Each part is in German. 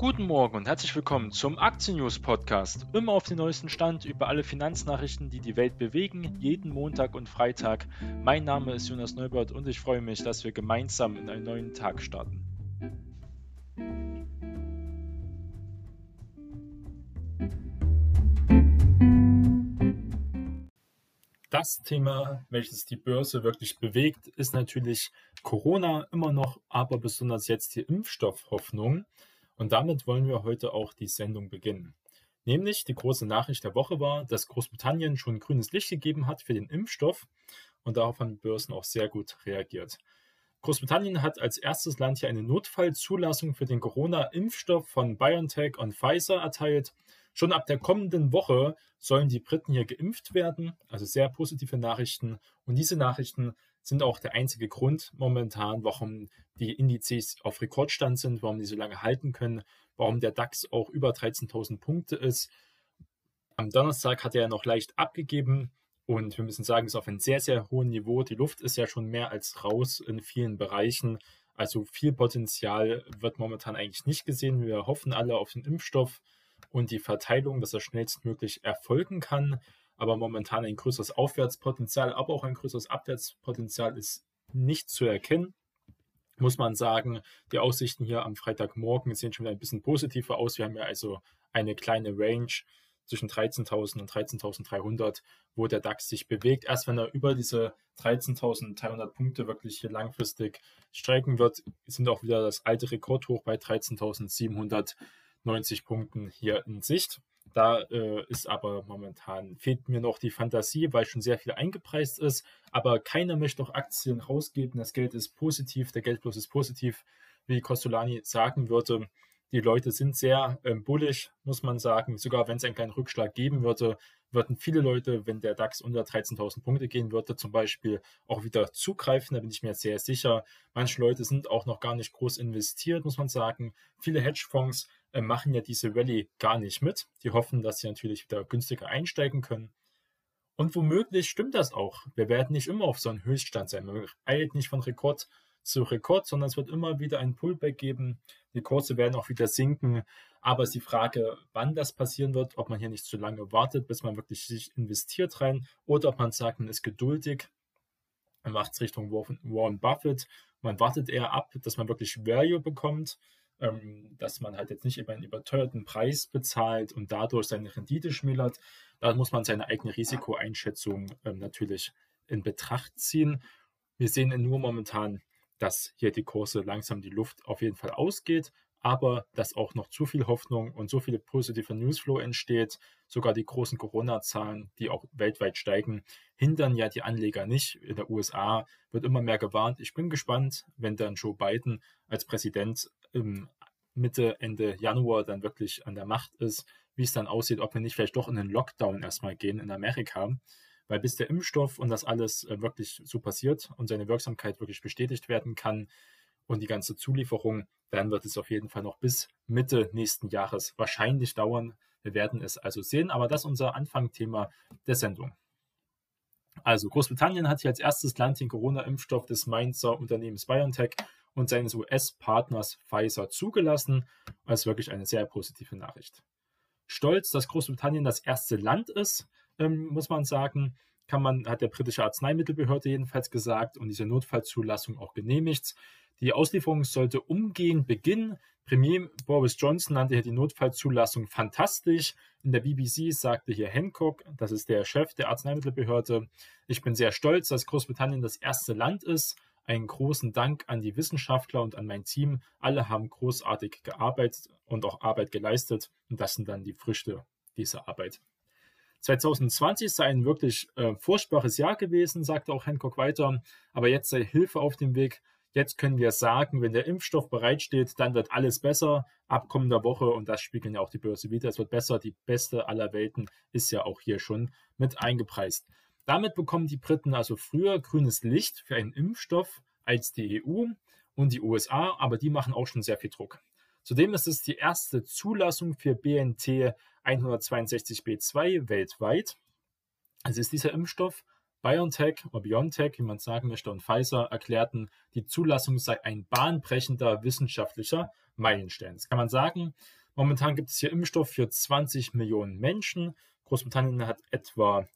Guten Morgen und herzlich willkommen zum Aktien-News Podcast. Immer auf den neuesten Stand über alle Finanznachrichten, die die Welt bewegen, jeden Montag und Freitag. Mein Name ist Jonas Neubert und ich freue mich, dass wir gemeinsam in einen neuen Tag starten. Das Thema, welches die Börse wirklich bewegt, ist natürlich Corona immer noch, aber besonders jetzt die Impfstoffhoffnung. Und damit wollen wir heute auch die Sendung beginnen. Nämlich die große Nachricht der Woche war, dass Großbritannien schon grünes Licht gegeben hat für den Impfstoff und darauf haben die Börsen auch sehr gut reagiert. Großbritannien hat als erstes Land hier eine Notfallzulassung für den Corona-Impfstoff von BioNTech und Pfizer erteilt. Schon ab der kommenden Woche sollen die Briten hier geimpft werden, also sehr positive Nachrichten. Und diese Nachrichten sind auch der einzige Grund momentan, warum die Indizes auf Rekordstand sind, warum die so lange halten können, warum der DAX auch über 13.000 Punkte ist. Am Donnerstag hat er ja noch leicht abgegeben und wir müssen sagen, es ist auf einem sehr, sehr hohen Niveau. Die Luft ist ja schon mehr als raus in vielen Bereichen. Also viel Potenzial wird momentan eigentlich nicht gesehen. Wir hoffen alle auf den Impfstoff und die Verteilung, dass er schnellstmöglich erfolgen kann. Aber momentan ein größeres Aufwärtspotenzial, aber auch ein größeres Abwärtspotenzial ist nicht zu erkennen, muss man sagen. Die Aussichten hier am Freitagmorgen sehen schon wieder ein bisschen positiver aus. Wir haben ja also eine kleine Range zwischen 13.000 und 13.300, wo der DAX sich bewegt. Erst wenn er über diese 13.300 Punkte wirklich hier langfristig streiken wird, sind auch wieder das alte Rekordhoch bei 13.790 Punkten hier in Sicht. Da ist aber momentan, fehlt mir noch die Fantasie, weil schon sehr viel eingepreist ist. Aber keiner möchte noch Aktien rausgeben. Das Geld ist positiv, der Geldfluss ist positiv, wie Kostolany sagen würde. Die Leute sind sehr bullish, muss man sagen. Sogar wenn es einen kleinen Rückschlag geben würde, würden viele Leute, wenn der DAX unter 13.000 Punkte gehen würde, zum Beispiel auch wieder zugreifen. Da bin ich mir sehr sicher. Manche Leute sind auch noch gar nicht groß investiert, muss man sagen. Viele Hedgefonds machen ja diese Rallye gar nicht mit. Die hoffen, dass sie natürlich wieder günstiger einsteigen können. Und womöglich stimmt das auch. Wir werden nicht immer auf so einem Höchststand sein. Man eilt nicht von Rekord zu Rekord, sondern es wird immer wieder ein Pullback geben. Die Kurse werden auch wieder sinken. Aber es ist die Frage, wann das passieren wird, ob man hier nicht zu lange wartet, bis man wirklich sich investiert rein, oder ob man sagt, man ist geduldig, man macht es Richtung Warren Buffett. Man wartet eher ab, dass man wirklich Value bekommt, dass man halt jetzt nicht über einen überteuerten Preis bezahlt und dadurch seine Rendite schmälert. Da muss man seine eigene Risikoeinschätzung natürlich in Betracht ziehen. Wir sehen nur momentan, dass hier die Kurse langsam die Luft auf jeden Fall ausgeht, aber dass auch noch zu viel Hoffnung und so viele positive Newsflow entsteht. Sogar die großen Corona-Zahlen, die auch weltweit steigen, hindern ja die Anleger nicht. In der USA wird immer mehr gewarnt. Ich bin gespannt, wenn dann Joe Biden als Präsident Mitte, Ende Januar dann wirklich an der Macht ist, wie es dann aussieht, ob wir nicht vielleicht doch in einen Lockdown erstmal gehen in Amerika. Weil bis der Impfstoff und das alles wirklich so passiert und seine Wirksamkeit wirklich bestätigt werden kann und die ganze Zulieferung, dann wird es auf jeden Fall noch bis Mitte nächsten Jahres wahrscheinlich dauern. Wir werden es also sehen, aber das ist unser Anfangthema der Sendung. Also Großbritannien hat hier als erstes Land den Corona-Impfstoff des Mainzer Unternehmens BioNTech und seines US-Partners Pfizer zugelassen. Das ist wirklich eine sehr positive Nachricht. Stolz, dass Großbritannien das erste Land ist, muss man sagen, hat der britische Arzneimittelbehörde jedenfalls gesagt und diese Notfallzulassung auch genehmigt. Die Auslieferung sollte umgehend beginnen. Premier Boris Johnson nannte hier die Notfallzulassung fantastisch. In der BBC sagte hier Hancock, das ist der Chef der Arzneimittelbehörde: Ich bin sehr stolz, dass Großbritannien das erste Land ist. Einen großen Dank an die Wissenschaftler und an mein Team. Alle haben großartig gearbeitet und auch Arbeit geleistet. Und das sind dann die Früchte dieser Arbeit. 2020 sei ein wirklich furchtbares Jahr gewesen, sagte auch Hancock weiter. Aber jetzt sei Hilfe auf dem Weg. Jetzt können wir sagen, wenn der Impfstoff bereitsteht, dann wird alles besser ab kommender Woche. Und das spiegeln ja auch die Börse wieder. Es wird besser. Die beste aller Welten ist ja auch hier schon mit eingepreist. Damit bekommen die Briten also früher grünes Licht für einen Impfstoff als die EU und die USA, aber die machen auch schon sehr viel Druck. Zudem ist es die erste Zulassung für BNT 162b2 weltweit. Also ist dieser Impfstoff BioNTech oder BioNTech, wie man es sagen möchte, und Pfizer erklärten, die Zulassung sei ein bahnbrechender wissenschaftlicher Meilenstein. Das kann man sagen. Momentan gibt es hier Impfstoff für 20 Millionen Menschen. Großbritannien hat etwa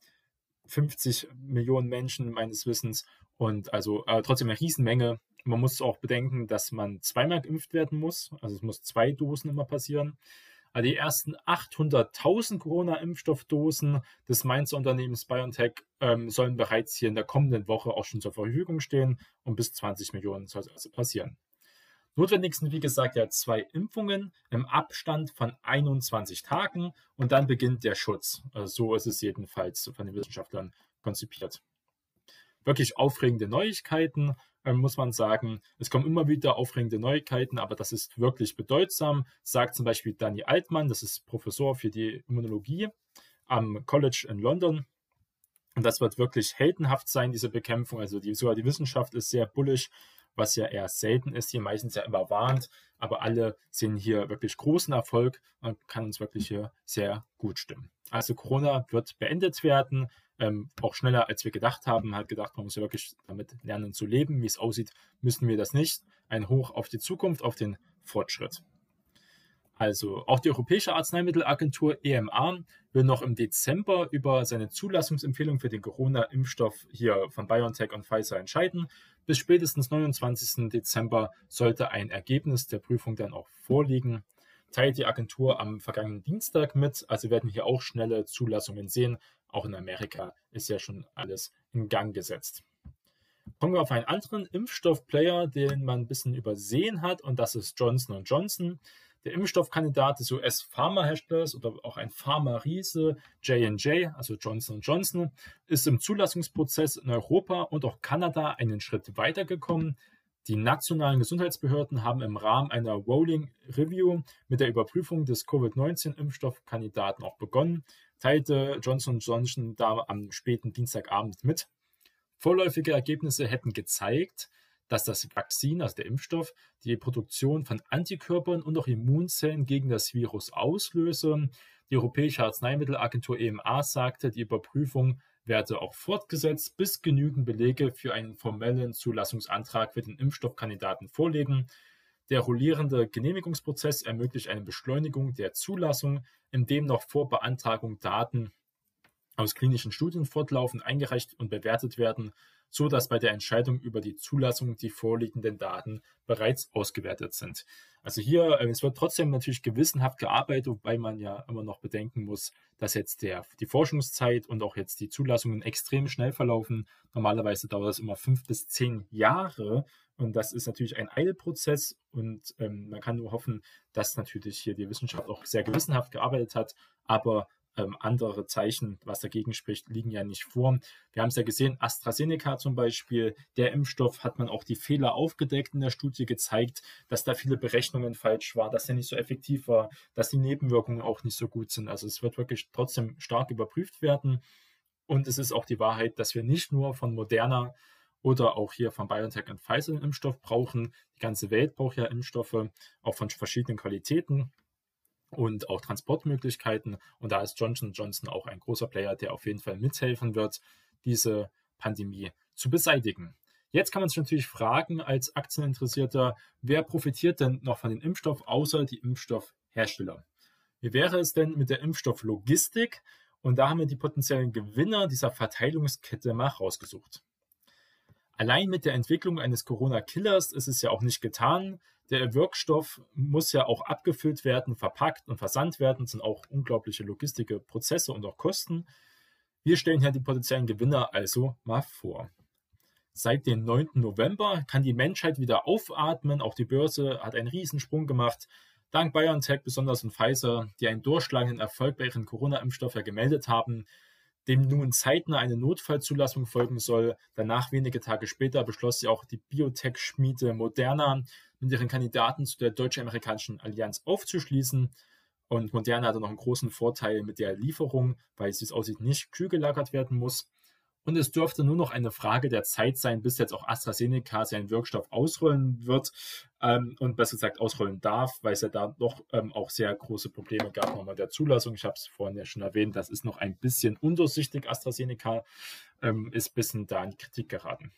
50 Millionen Menschen meines Wissens und also trotzdem eine Riesenmenge. Man muss auch bedenken, dass man zweimal geimpft werden muss. Also es muss 2 Dosen immer passieren. Also die ersten 800.000 Corona-Impfstoffdosen des Mainzer Unternehmens BioNTech sollen bereits hier in der kommenden Woche auch schon zur Verfügung stehen und bis 20 Millionen soll es also passieren. Notwendig sind, wie gesagt, ja 2 Impfungen im Abstand von 21 Tagen und dann beginnt der Schutz. Also so ist es jedenfalls von den Wissenschaftlern konzipiert. Wirklich aufregende Neuigkeiten, muss man sagen. Es kommen immer wieder aufregende Neuigkeiten, aber das ist wirklich bedeutsam, sagt zum Beispiel Dani Altmann, das ist Professor für die Immunologie am College in London. Und das wird wirklich heldenhaft sein, diese Bekämpfung. Also sogar die Wissenschaft ist sehr bullisch, was ja eher selten ist, hier meistens ja immer warnt, aber alle sehen hier wirklich großen Erfolg und kann uns wirklich hier sehr gut stimmen. Also Corona wird beendet werden, auch schneller als wir gedacht haben. Man hat gedacht, man muss ja wirklich damit lernen zu leben. Wie es aussieht, müssen wir das nicht. Ein Hoch auf die Zukunft, auf den Fortschritt. Also auch die Europäische Arzneimittelagentur EMA will noch im Dezember über seine Zulassungsempfehlung für den Corona-Impfstoff hier von BioNTech und Pfizer entscheiden. Bis spätestens 29. Dezember sollte ein Ergebnis der Prüfung dann auch vorliegen. Teilt die Agentur am vergangenen Dienstag mit. Also werden hier auch schnelle Zulassungen sehen. Auch in Amerika ist ja schon alles in Gang gesetzt. Kommen wir auf einen anderen Impfstoffplayer, den man ein bisschen übersehen hat, und das ist Johnson & Johnson. Der Impfstoffkandidat des US-Pharmaherstellers oder auch ein Pharma-Riese J&J, also Johnson & Johnson, ist im Zulassungsprozess in Europa und auch Kanada einen Schritt weitergekommen. Die nationalen Gesundheitsbehörden haben im Rahmen einer Rolling Review mit der Überprüfung des Covid-19-Impfstoffkandidaten auch begonnen, teilte Johnson & Johnson da am späten Dienstagabend mit. Vorläufige Ergebnisse hätten gezeigt, dass das Vakzin, also der Impfstoff, die Produktion von Antikörpern und auch Immunzellen gegen das Virus auslöse. Die Europäische Arzneimittelagentur EMA sagte, die Überprüfung werde auch fortgesetzt, bis genügend Belege für einen formellen Zulassungsantrag für den Impfstoffkandidaten vorliegen. Der rollierende Genehmigungsprozess ermöglicht eine Beschleunigung der Zulassung, indem noch vor Beantragung Daten aus klinischen Studien fortlaufend eingereicht und bewertet werden, so dass bei der Entscheidung über die Zulassung die vorliegenden Daten bereits ausgewertet sind. Also hier, es wird trotzdem natürlich gewissenhaft gearbeitet, wobei man ja immer noch bedenken muss, dass jetzt die Forschungszeit und auch jetzt die Zulassungen extrem schnell verlaufen. Normalerweise dauert es immer 5 bis 10 Jahre und das ist natürlich ein Eilprozess und man kann nur hoffen, dass natürlich hier die Wissenschaft auch sehr gewissenhaft gearbeitet hat, aber andere Zeichen, was dagegen spricht, liegen ja nicht vor. Wir haben es ja gesehen, AstraZeneca zum Beispiel, der Impfstoff hat man auch die Fehler aufgedeckt in der Studie, gezeigt, dass da viele Berechnungen falsch waren, dass der nicht so effektiv war, dass die Nebenwirkungen auch nicht so gut sind. Also es wird wirklich trotzdem stark überprüft werden. Und es ist auch die Wahrheit, dass wir nicht nur von Moderna oder auch hier von BioNTech und Pfizer einen Impfstoff brauchen. Die ganze Welt braucht ja Impfstoffe, auch von verschiedenen Qualitäten und auch Transportmöglichkeiten. Und da ist Johnson & Johnson auch ein großer Player, der auf jeden Fall mithelfen wird, diese Pandemie zu beseitigen. Jetzt kann man sich natürlich fragen, als Aktieninteressierter, wer profitiert denn noch von dem Impfstoff, außer die Impfstoffhersteller? Wie wäre es denn mit der Impfstofflogistik? Und da haben wir die potenziellen Gewinner dieser Verteilungskette mal rausgesucht. Allein mit der Entwicklung eines Corona-Killers ist es ja auch nicht getan. Der Wirkstoff muss ja auch abgefüllt werden, verpackt und versandt werden. Das sind auch unglaubliche logistische Prozesse und auch Kosten. Wir stellen hier die potenziellen Gewinner also mal vor. Seit dem 9. November kann die Menschheit wieder aufatmen. Auch die Börse hat einen Riesensprung gemacht. Dank BioNTech, besonders und Pfizer, die einen durchschlagenden Erfolg bei ihren Corona-Impfstoff ja gemeldet haben, dem nun zeitnah eine Notfallzulassung folgen soll. Danach, wenige Tage später, beschloss sie auch die Biotech-Schmiede Moderna mit ihren Kandidaten zu der deutsch-amerikanischen Allianz aufzuschließen. Und Moderna hatte noch einen großen Vorteil mit der Lieferung, weil es, wie es aussieht, nicht kühl gelagert werden muss. Und es dürfte nur noch eine Frage der Zeit sein, bis jetzt auch AstraZeneca seinen Wirkstoff ausrollen wird. und besser gesagt ausrollen darf, weil es ja da doch auch sehr große Probleme gab nochmal der Zulassung. Ich habe es vorhin ja schon erwähnt, das ist noch ein bisschen undurchsichtig. AstraZeneca ist ein bisschen da in Kritik geraten.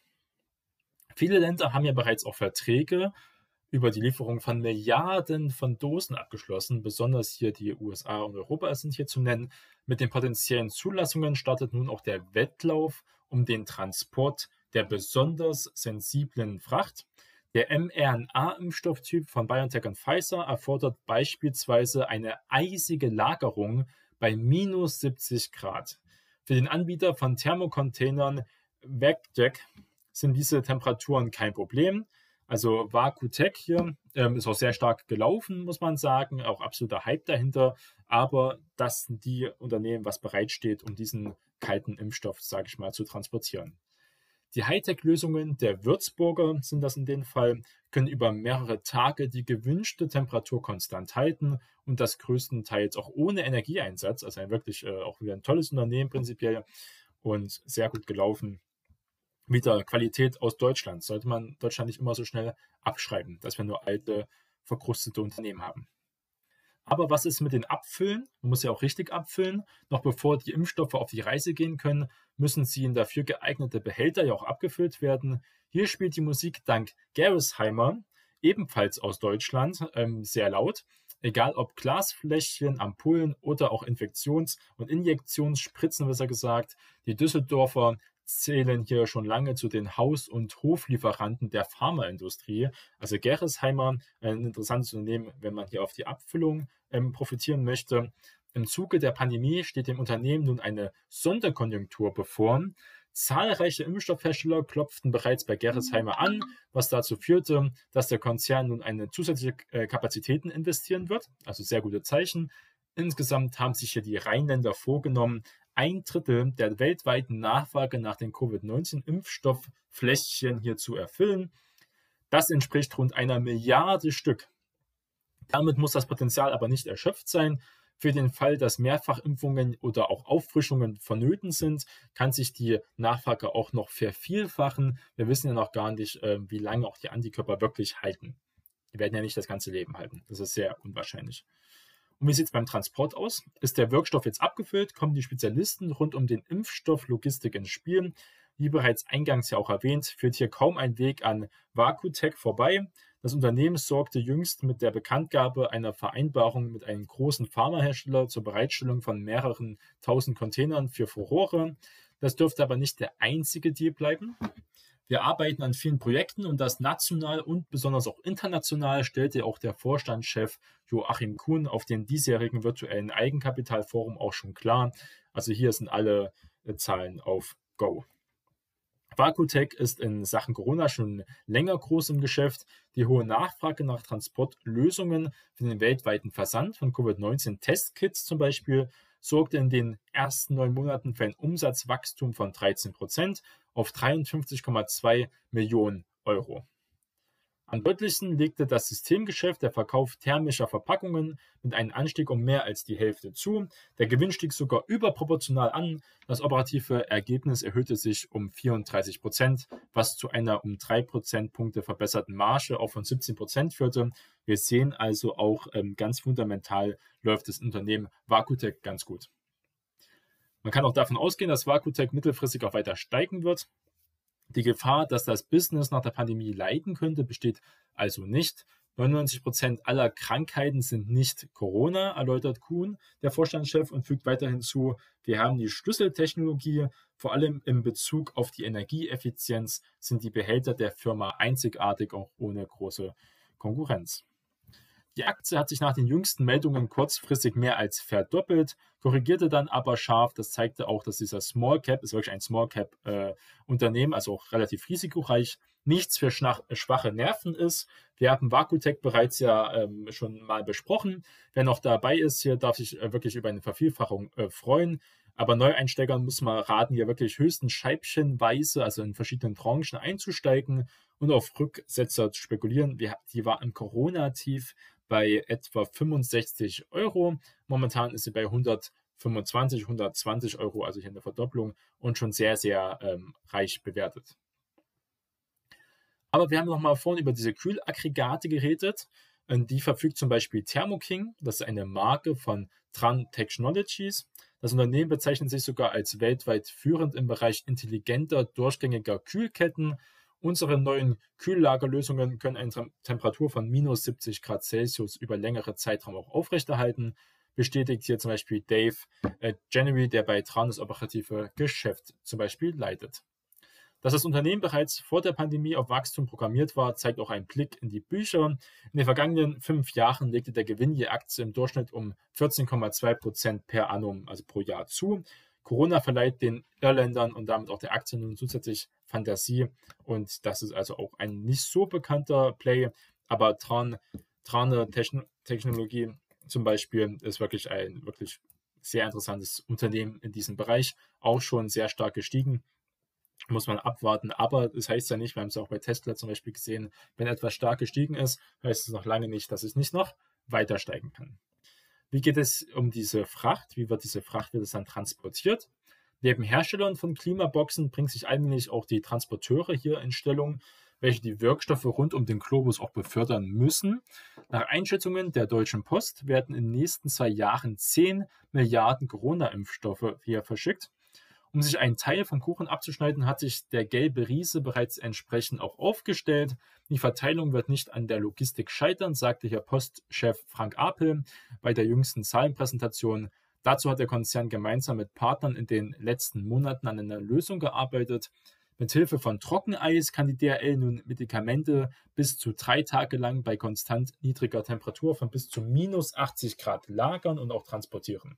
Viele Länder haben ja bereits auch Verträge über die Lieferung von Milliarden von Dosen abgeschlossen. Besonders hier die USA und Europa sind hier zu nennen. Mit den potenziellen Zulassungen startet nun auch der Wettlauf um den Transport der besonders sensiblen Fracht. Der mRNA-Impfstofftyp von BioNTech und Pfizer erfordert beispielsweise eine eisige Lagerung bei minus 70 Grad. Für den Anbieter von Thermocontainern Vectec sind diese Temperaturen kein Problem. Also Vakutech hier ist auch sehr stark gelaufen, muss man sagen, auch absoluter Hype dahinter. Aber das sind die Unternehmen, was bereitsteht, um diesen kalten Impfstoff, sage ich mal, zu transportieren. Die Hightech-Lösungen der Würzburger sind das in dem Fall, können über mehrere Tage die gewünschte Temperatur konstant halten und das größtenteils auch ohne Energieeinsatz. Also wirklich auch wieder ein tolles Unternehmen prinzipiell und sehr gut gelaufen. Wieder Qualität aus Deutschland. Sollte man Deutschland nicht immer so schnell abschreiben, dass wir nur alte, verkrustete Unternehmen haben. Aber was ist mit den Abfüllen? Man muss ja auch richtig abfüllen. Noch bevor die Impfstoffe auf die Reise gehen können, müssen sie in dafür geeignete Behälter ja auch abgefüllt werden. Hier spielt die Musik dank Gerresheimer, ebenfalls aus Deutschland, sehr laut. Egal ob Glasfläschchen, Ampullen oder auch Infektions- und Injektionsspritzen, besser gesagt. Die Düsseldorfer zählen hier schon lange zu den Haus- und Hoflieferanten der Pharmaindustrie. Also Gerresheimer, ein interessantes Unternehmen, wenn man hier auf die Abfüllung profitieren möchte. Im Zuge der Pandemie steht dem Unternehmen nun eine Sonderkonjunktur bevor. Zahlreiche Impfstoffhersteller klopften bereits bei Gerresheimer an, was dazu führte, dass der Konzern nun eine zusätzliche Kapazitäten investieren wird. Also sehr gute Zeichen. Insgesamt haben sich hier die Rheinländer vorgenommen, 1/3 der weltweiten Nachfrage nach den Covid-19-Impfstofffläschchen hier zu erfüllen. Das entspricht rund 1 Milliarde Stück. Damit muss das Potenzial aber nicht erschöpft sein. Für den Fall, dass Mehrfachimpfungen oder auch Auffrischungen vonnöten sind, kann sich die Nachfrage auch noch vervielfachen. Wir wissen ja noch gar nicht, wie lange auch die Antikörper wirklich halten. Die werden ja nicht das ganze Leben halten. Das ist sehr unwahrscheinlich. Und wie sieht es beim Transport aus? Ist der Wirkstoff jetzt abgefüllt, kommen die Spezialisten rund um den Impfstoff Logistik ins Spiel. Wie bereits eingangs ja auch erwähnt, führt hier kaum ein Weg an Vakutech vorbei. Das Unternehmen sorgte jüngst mit der Bekanntgabe einer Vereinbarung mit einem großen Pharmahersteller zur Bereitstellung von mehreren tausend Containern für Furore. Das dürfte aber nicht der einzige Deal bleiben. Wir arbeiten an vielen Projekten und das national und besonders auch international, stellte auch der Vorstandschef Joachim Kuhn auf dem diesjährigen virtuellen Eigenkapitalforum auch schon klar. Also hier sind alle Zahlen auf Go. Vakutech ist in Sachen Corona schon länger groß im Geschäft. Die hohe Nachfrage nach Transportlösungen für den weltweiten Versand von Covid-19-Testkits zum Beispiel sorgte in den ersten 9 Monaten für ein Umsatzwachstum von 13% auf 53,2 Millionen Euro. Am deutlichsten legte das Systemgeschäft, der Verkauf thermischer Verpackungen, mit einem Anstieg um mehr als die Hälfte zu. Der Gewinn stieg sogar überproportional an. Das operative Ergebnis erhöhte sich um 34%, was zu einer um 3 Prozentpunkte verbesserten Marge auch von 17% führte. Wir sehen also auch ganz fundamental läuft das Unternehmen Vakutech ganz gut. Man kann auch davon ausgehen, dass Vakutech mittelfristig auch weiter steigen wird. Die Gefahr, dass das Business nach der Pandemie leiden könnte, besteht also nicht. 99% aller Krankheiten sind nicht Corona, erläutert Kuhn, der Vorstandschef, und fügt weiter hinzu, wir haben die Schlüsseltechnologie, vor allem in Bezug auf die Energieeffizienz sind die Behälter der Firma einzigartig, auch ohne große Konkurrenz. Die Aktie hat sich nach den jüngsten Meldungen kurzfristig mehr als verdoppelt, korrigierte dann aber scharf. Das zeigte auch, dass dieser Small Cap, ist wirklich ein Small Cap Unternehmen, also auch relativ risikoreich, nichts für schwache Nerven ist. Wir haben Vakutech bereits ja schon mal besprochen. Wer noch dabei ist, hier darf sich wirklich über eine Vervielfachung freuen. Aber Neueinsteigern muss man raten, hier wirklich höchstens scheibchenweise, also in verschiedenen Tranchen einzusteigen und auf Rücksetzer zu spekulieren. Die war im Corona-Tief bei etwa 65 Euro. Momentan ist sie bei 125, 120 Euro, also hier eine Verdopplung und schon sehr, sehr reich bewertet. Aber wir haben noch mal vorhin über diese Kühlaggregate geredet. Die verfügt zum Beispiel Thermo King. Das ist eine Marke von Tran Technologies. Das Unternehmen bezeichnet sich sogar als weltweit führend im Bereich intelligenter, durchgängiger Kühlketten. Unsere neuen Kühllagerlösungen können eine Temperatur von minus 70 Grad Celsius über längere Zeitraum auch aufrechterhalten. Bestätigt hier zum Beispiel Dave January, der bei Tran das operative Geschäft zum Beispiel leitet. Dass das Unternehmen bereits vor der Pandemie auf Wachstum programmiert war, zeigt auch ein Blick in die Bücher. In den vergangenen 5 Jahren legte der Gewinn je Aktie im Durchschnitt um 14,2% per annum, also pro Jahr zu. Corona verleiht den Irländern und damit auch der Aktie nun zusätzlich Fantasie. Und das ist also auch ein nicht so bekannter Play, aber Trane Technologie zum Beispiel ist wirklich ein wirklich sehr interessantes Unternehmen in diesem Bereich, auch schon sehr stark gestiegen. Muss man abwarten, aber das heißt ja nicht, wir haben es auch bei Tesla zum Beispiel gesehen, wenn etwas stark gestiegen ist, heißt es noch lange nicht, dass es nicht noch weiter steigen kann. Wie geht es um diese Fracht? Wie wird diese Fracht wird es dann transportiert? Neben Herstellern von Klimaboxen bringen sich allmählich auch die Transporteure hier in Stellung, welche die Wirkstoffe rund um den Globus auch befördern müssen. Nach Einschätzungen der Deutschen Post werden in den nächsten 2 Jahren 10 Milliarden Corona-Impfstoffe hier verschickt. Um sich einen Teil vom Kuchen abzuschneiden, hat sich der gelbe Riese bereits entsprechend auch aufgestellt. Die Verteilung wird nicht an der Logistik scheitern, sagte hier Postchef Frank Apel bei der jüngsten Zahlenpräsentation. Dazu hat der Konzern gemeinsam mit Partnern in den letzten Monaten an einer Lösung gearbeitet. Mit Hilfe von Trockeneis kann die DHL nun Medikamente bis zu 3 Tage lang bei konstant niedriger Temperatur von bis zu minus 80 Grad lagern und auch transportieren.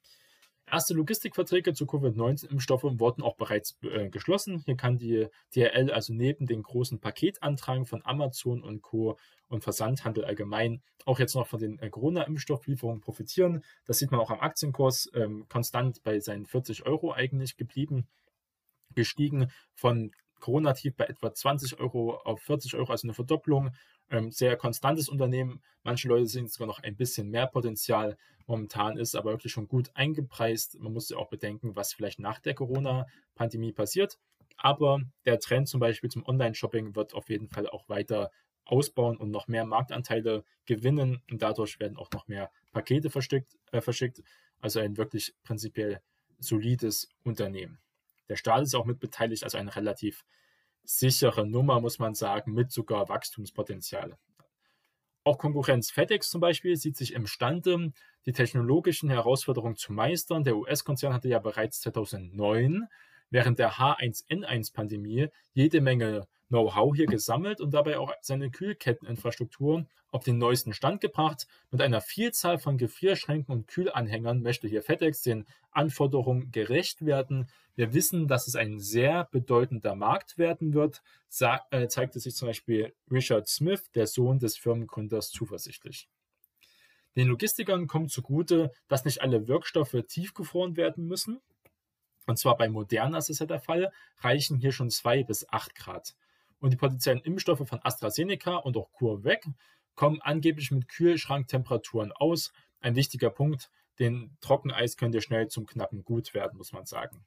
Erste Logistikverträge zu Covid-19-Impfstoffen wurden auch bereits geschlossen. Hier kann die DHL also neben den großen Paketanträgen von Amazon und Co. und Versandhandel allgemein auch jetzt noch von den Corona-Impfstofflieferungen profitieren. Das sieht man auch am Aktienkurs, konstant bei seinen 40 Euro eigentlich geblieben, gestiegen von Corona-Tief bei etwa 20 Euro auf 40 Euro, also eine Verdopplung. Sehr konstantes Unternehmen. Manche Leute sehen sogar noch ein bisschen mehr Potenzial. Momentan ist aber wirklich schon gut eingepreist. Man muss ja auch bedenken, was vielleicht nach der Corona-Pandemie passiert. Aber der Trend zum Beispiel zum Online-Shopping wird auf jeden Fall auch weiter ausbauen und noch mehr Marktanteile gewinnen. Und dadurch werden auch noch mehr Pakete verschickt. Also ein wirklich prinzipiell solides Unternehmen. Der Staat ist auch mit beteiligt, also eine relativ sichere Nummer, muss man sagen, mit sogar Wachstumspotenzial. Auch Konkurrenz FedEx zum Beispiel sieht sich imstande, die technologischen Herausforderungen zu meistern. Der US-Konzern hatte ja bereits 2009 während der H1N1-Pandemie jede Menge Know-how hier gesammelt und dabei auch seine Kühlketteninfrastruktur auf den neuesten Stand gebracht. Mit einer Vielzahl von Gefrierschränken und Kühlanhängern möchte hier FedEx den Anforderungen gerecht werden. Wir wissen, dass es ein sehr bedeutender Markt werden wird, zeigte sich zum Beispiel Richard Smith, der Sohn des Firmengründers, zuversichtlich. Den Logistikern kommt zugute, dass nicht alle Wirkstoffe tiefgefroren werden müssen. Und zwar bei Moderna ist es ja der Fall, reichen hier schon 2 bis 8 Grad. Und die potenziellen Impfstoffe von AstraZeneca und auch CureVac kommen angeblich mit Kühlschranktemperaturen aus. Ein wichtiger Punkt, den Trockeneis könnte schnell zum knappen Gut werden, muss man sagen.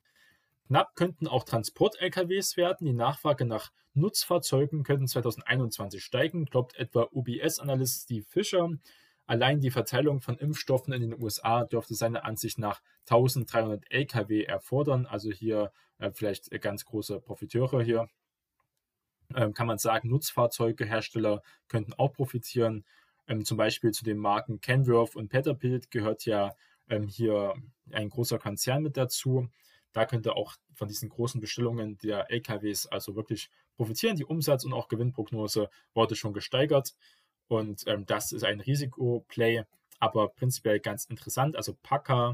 Knapp könnten auch Transport-LKWs werden. Die Nachfrage nach Nutzfahrzeugen könnten 2021 steigen, glaubt etwa UBS-Analyst Steve Fisher. Allein die Verteilung von Impfstoffen in den USA dürfte seiner Ansicht nach 1300 LKW erfordern. Also hier vielleicht ganz große Profiteure hier. Kann man sagen, Nutzfahrzeugehersteller könnten auch profitieren. Zum Beispiel zu den Marken Kenworth und Peterbilt gehört ja hier ein großer Konzern mit dazu. Da könnte auch von diesen großen Bestellungen der LKWs also wirklich profitieren. Die Umsatz- und auch Gewinnprognose wurde schon gesteigert. Und das ist ein Risikoplay, aber prinzipiell ganz interessant. Also PACCAR,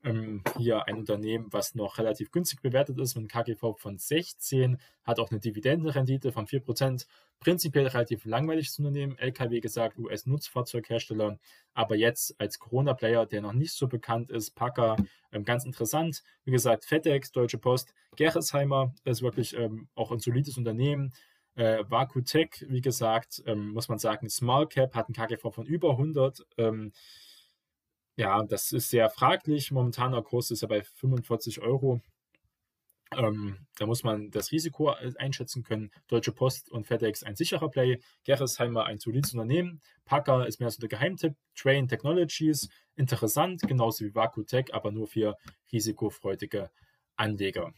hier ein Unternehmen, was noch relativ günstig bewertet ist, mit einem KGV von 16, hat auch eine Dividendenrendite von 4%. Prinzipiell relativ langweiliges Unternehmen, LKW gesagt, US-Nutzfahrzeughersteller, aber jetzt als Corona-Player, der noch nicht so bekannt ist, PACCAR, ganz interessant. Wie gesagt, FedEx, Deutsche Post, Gerresheimer, das ist wirklich auch ein solides Unternehmen. Vakutech, wie gesagt, muss man sagen, Small Cap hat einen KGV von über 100. Ja, das ist sehr fraglich. Momentaner Kurs ist ja bei 45 Euro. Da muss man das Risiko einschätzen können. Deutsche Post und FedEx ein sicherer Play, Gerresheimer ein solides Unternehmen, Packer ist mehr so der Geheimtipp, Train Technologies interessant, genauso wie Vakutech, aber nur für risikofreudige Anleger.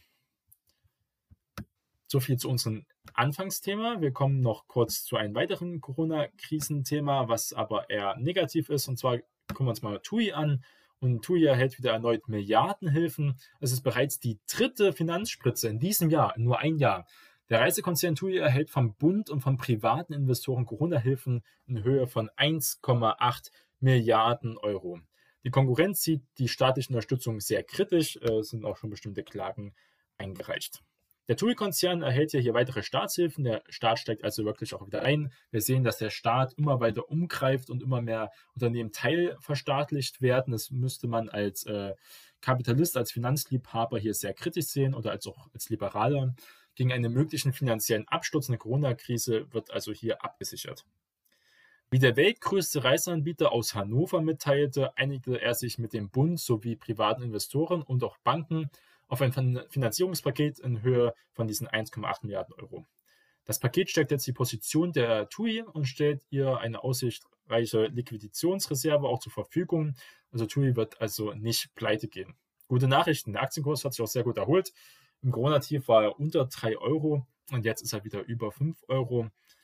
So viel zu unserem Anfangsthema. Wir kommen noch kurz zu einem weiteren Corona-Krisenthema, was aber eher negativ ist. Und zwar gucken wir uns mal TUI an. Und TUI erhält wieder erneut Milliardenhilfen. Es ist bereits die 3. Finanzspritze in diesem Jahr, in nur ein Jahr. Der Reisekonzern TUI erhält vom Bund und von privaten Investoren Corona-Hilfen in Höhe von 1,8 Milliarden Euro. Die Konkurrenz sieht die staatliche Unterstützung sehr kritisch. Es sind auch schon bestimmte Klagen eingereicht. Der TUI-Konzern erhält ja hier weitere Staatshilfen. Der Staat steigt also wirklich auch wieder ein. Wir sehen, dass der Staat immer weiter umgreift und immer mehr Unternehmen teilverstaatlicht werden. Das müsste man als Kapitalist, als Finanzliebhaber hier sehr kritisch sehen oder auch als Liberaler. Gegen einen möglichen finanziellen Absturz in der Corona-Krise wird also hier abgesichert. Wie der weltgrößte Reiseanbieter aus Hannover mitteilte, einigte er sich mit dem Bund sowie privaten Investoren und auch Banken auf ein Finanzierungspaket in Höhe von diesen 1,8 Milliarden Euro. Das Paket stärkt jetzt die Position der TUI und stellt ihr eine aussichtsreiche Liquidationsreserve auch zur Verfügung. Also TUI wird also nicht pleite gehen. Gute Nachrichten, der Aktienkurs hat sich auch sehr gut erholt. Im Corona-Tief war er unter 3 Euro und jetzt ist er wieder über 5 Euro.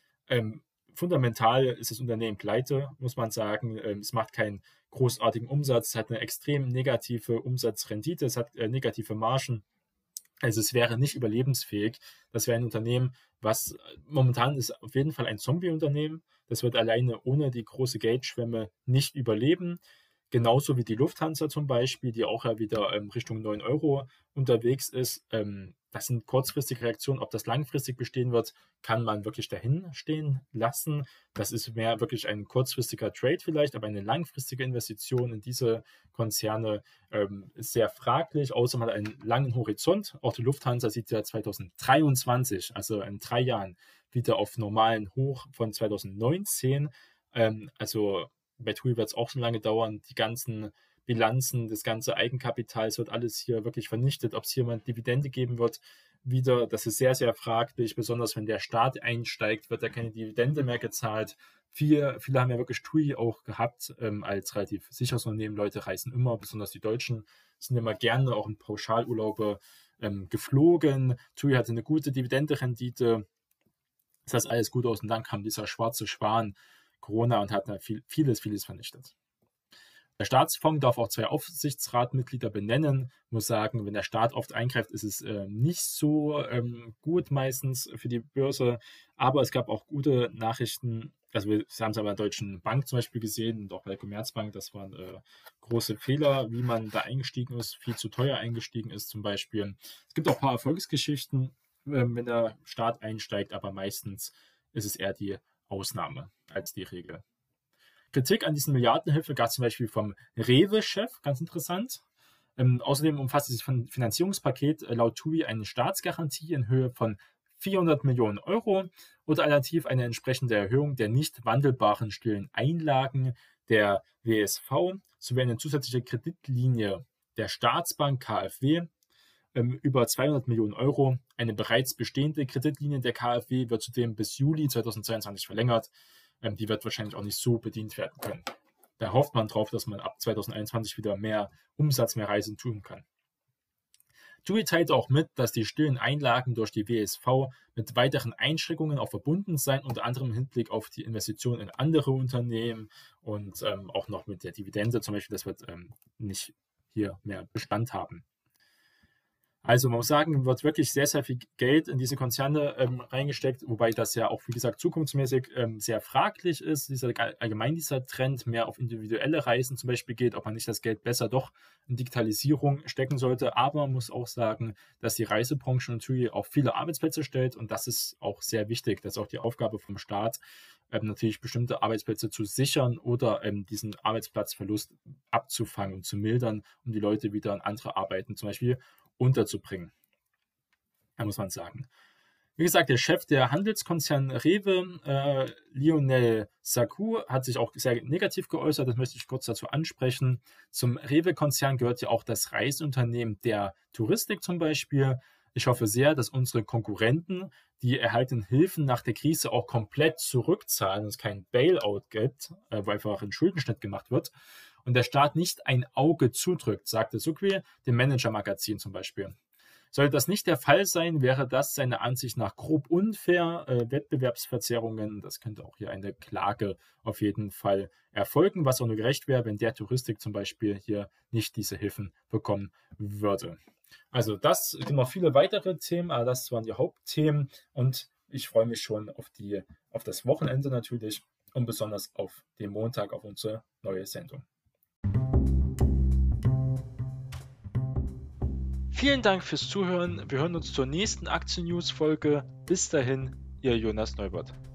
Fundamental ist das Unternehmen pleite, muss man sagen. Es macht keinen großartigen Umsatz, es hat eine extrem negative Umsatzrendite, es hat negative Margen. Also es wäre nicht überlebensfähig. Das wäre ein Unternehmen, was momentan ist auf jeden Fall ein Zombie-Unternehmen. Das wird alleine ohne die große Geldschwemme nicht überleben. Genauso wie die Lufthansa zum Beispiel, die auch ja wieder Richtung 9 Euro unterwegs ist. Das sind kurzfristige Reaktionen. Ob das langfristig bestehen wird, kann man wirklich dahin stehen lassen. Das ist mehr wirklich ein kurzfristiger Trade vielleicht, aber eine langfristige Investition in diese Konzerne ist sehr fraglich, außer man hat einen langen Horizont. Auch die Lufthansa sieht ja 2023, also in 3 Jahren, wieder auf normalen Hoch von 2019. Also bei TUI wird es auch schon lange dauern. Die ganzen Bilanzen, das ganze Eigenkapital, es wird alles hier wirklich vernichtet. Ob es hier mal Dividende geben wird, wieder, das ist sehr, sehr fraglich. Besonders wenn der Staat einsteigt, wird da keine Dividende mehr gezahlt. Viele haben ja wirklich TUI auch gehabt als relativ sicheres Unternehmen. Leute reisen immer, besonders die Deutschen sind immer gerne auch in Pauschalurlaube geflogen. TUI hatte eine gute Dividendenrendite. Das sah alles gut aus und dann kam dieser schwarze Schwan Corona und hat vieles vernichtet. Der Staatsfonds darf auch 2 Aufsichtsratmitglieder benennen. Ich muss sagen, wenn der Staat oft eingreift, ist es nicht so gut meistens für die Börse. Aber es gab auch gute Nachrichten. Also wir haben es aber bei der Deutschen Bank zum Beispiel gesehen und auch bei der Commerzbank. Das waren große Fehler, wie man da eingestiegen ist, viel zu teuer eingestiegen ist zum Beispiel. Es gibt auch ein paar Erfolgsgeschichten, wenn der Staat einsteigt, aber meistens ist es eher die Ausnahme als die Regel. Kritik an diesen Milliardenhilfe gab es zum Beispiel vom Rewe-Chef, ganz interessant. Außerdem umfasst dieses Finanzierungspaket laut TUI eine Staatsgarantie in Höhe von 400 Millionen Euro oder alternativ eine entsprechende Erhöhung der nicht wandelbaren stillen Einlagen der WSV sowie eine zusätzliche Kreditlinie der Staatsbank KfW über 200 Millionen Euro. Eine bereits bestehende Kreditlinie der KfW wird zudem bis Juli 2022 verlängert. Die wird wahrscheinlich auch nicht so bedient werden können. Da hofft man drauf, dass man ab 2021 wieder mehr Umsatz, mehr Reisen tun kann. TUI teilt auch mit, dass die stillen Einlagen durch die WSV mit weiteren Einschränkungen auch verbunden seien, unter anderem im Hinblick auf die Investition in andere Unternehmen und auch noch mit der Dividende zum Beispiel. Das wird nicht hier mehr Bestand haben. Also man muss sagen, wird wirklich sehr, sehr viel Geld in diese Konzerne reingesteckt, wobei das ja auch, wie gesagt, zukunftsmäßig sehr fraglich ist. Allgemein dieser Trend mehr auf individuelle Reisen zum Beispiel geht, ob man nicht das Geld besser doch in Digitalisierung stecken sollte. Aber man muss auch sagen, dass die Reisebranche natürlich auch viele Arbeitsplätze stellt und das ist auch sehr wichtig. Das ist auch die Aufgabe vom Staat, natürlich bestimmte Arbeitsplätze zu sichern oder diesen Arbeitsplatzverlust abzufangen und zu mildern, um die Leute wieder an andere Arbeiten zum Beispiel unterzubringen. Da muss man sagen. Wie gesagt, der Chef der Handelskonzern Rewe, Lionel Sacou, hat sich auch sehr negativ geäußert. Das möchte ich kurz dazu ansprechen. Zum Rewe-Konzern gehört ja auch das Reiseunternehmen der Touristik zum Beispiel. Ich hoffe sehr, dass unsere Konkurrenten die erhaltenen Hilfen nach der Krise auch komplett zurückzahlen und es kein Bailout gibt, wo einfach ein Schuldenschnitt gemacht wird und der Staat nicht ein Auge zudrückt, sagte Sucre dem Manager-Magazin zum Beispiel. Sollte das nicht der Fall sein, wäre das seiner Ansicht nach grob unfair, Wettbewerbsverzerrungen. Das könnte auch hier eine Klage auf jeden Fall erfolgen, was auch nur gerecht wäre, wenn der Touristik zum Beispiel hier nicht diese Hilfen bekommen würde. Also das gibt noch viele weitere Themen, aber das waren die Hauptthemen und ich freue mich schon auf das Wochenende natürlich und besonders auf den Montag, auf unsere neue Sendung. Vielen Dank fürs Zuhören. Wir hören uns zur nächsten Aktien-News-Folge. Bis dahin, Ihr Jonas Neubert.